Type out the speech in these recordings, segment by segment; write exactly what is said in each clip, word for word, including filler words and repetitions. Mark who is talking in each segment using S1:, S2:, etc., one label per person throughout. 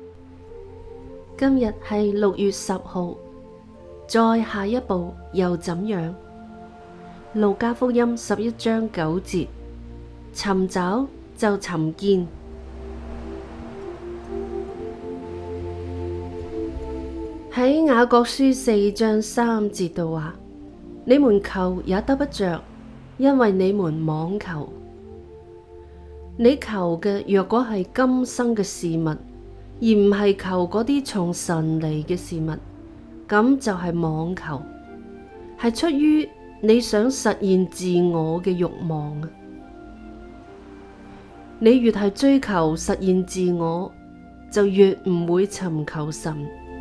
S1: 今日係六月十號，再下一步又怎樣？路加福音十一章九節，尋找就尋見。喺雅各書四章三節度話：你們求也得不着，因為你們妄求。你求嘅若果係今生嘅事物，而唔係求嗰啲從神嚟嘅事物，咁就係妄求，係出於你想實現自我嘅慾望啊！你越係追求實現自我，就越唔會尋求神。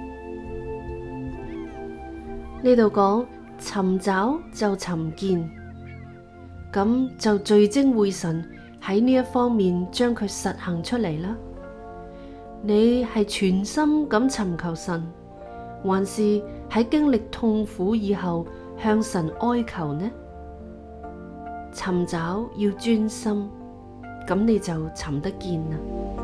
S1: 呢度講尋找就尋見，咁就聚精會神喺呢一方面將佢實行出嚟啦。你係全心咁尋求神，還是喺經歷痛苦以後向神哀求呢？尋找要專心，咁你就尋得見啦。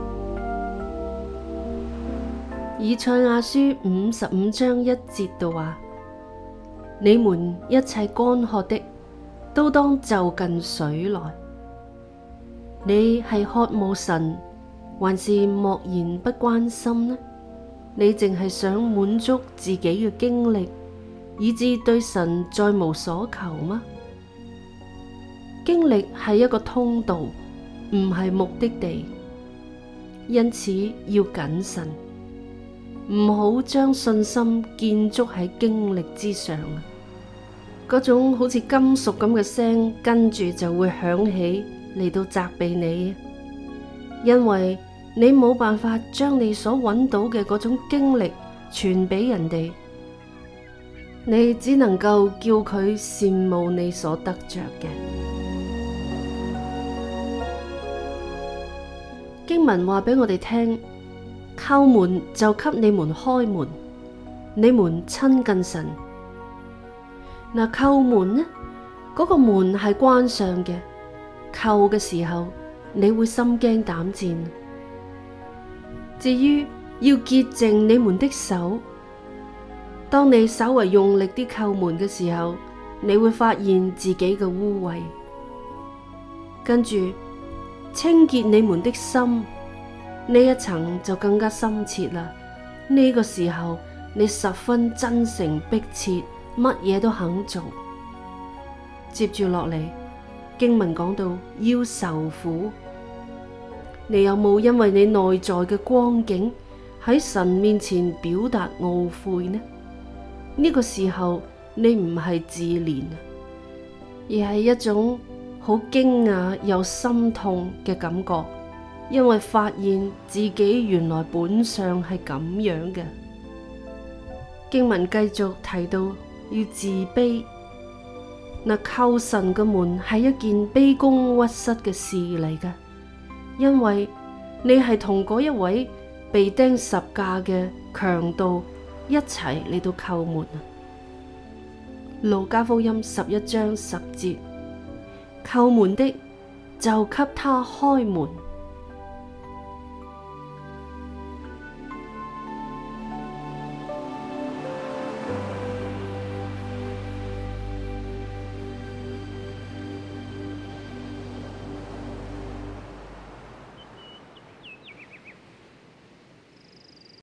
S1: 以賽亞書五十五章一節度話：你們一切乾渴的，都當就近水來。你係渴慕神，還是漠然不關心呢？你淨係想滿足自己嘅經歷，以致對神再無所求嗎？經歷係一個通道，唔係目的地，因此要謹慎，唔好將信心建築喺經歷之上啊！嗰種好似金屬咁嘅聲，跟住就會響起嚟到責備你。因為你冇辦法將你所揾到嘅嗰種經歷傳俾人哋，你只能夠叫佢羨慕你所得着嘅。經文話俾我哋聽，叩門就給你們開門，你們親近神。嗱，叩門呢，嗰、那個門係關上嘅，叩嘅時候，你會心驚膽戰。至於要潔淨你們的手，當你稍為用力啲叩門嘅時候，你會發現自己嘅污穢。跟住清潔你們的心，呢一層就更加深切啦。呢、這個時候你十分真誠迫切，乜嘢都肯做。接住落嚟，經文講到要受苦。你有冇因為你內在嘅光景喺神面前表達懊悔呢？呢、這個時候你唔係自憐，而係一種好驚訝又心痛嘅感覺，因為發現自己原來本相係咁樣嘅。經文繼續提到要自卑，嗱，叩神嘅門係一件卑躬屈膝嘅事嚟嘅。因為你係同嗰一位被釘十架嘅強盜一齊嚟到叩門啊！路加福音十一章十節，叩門的就給他開門。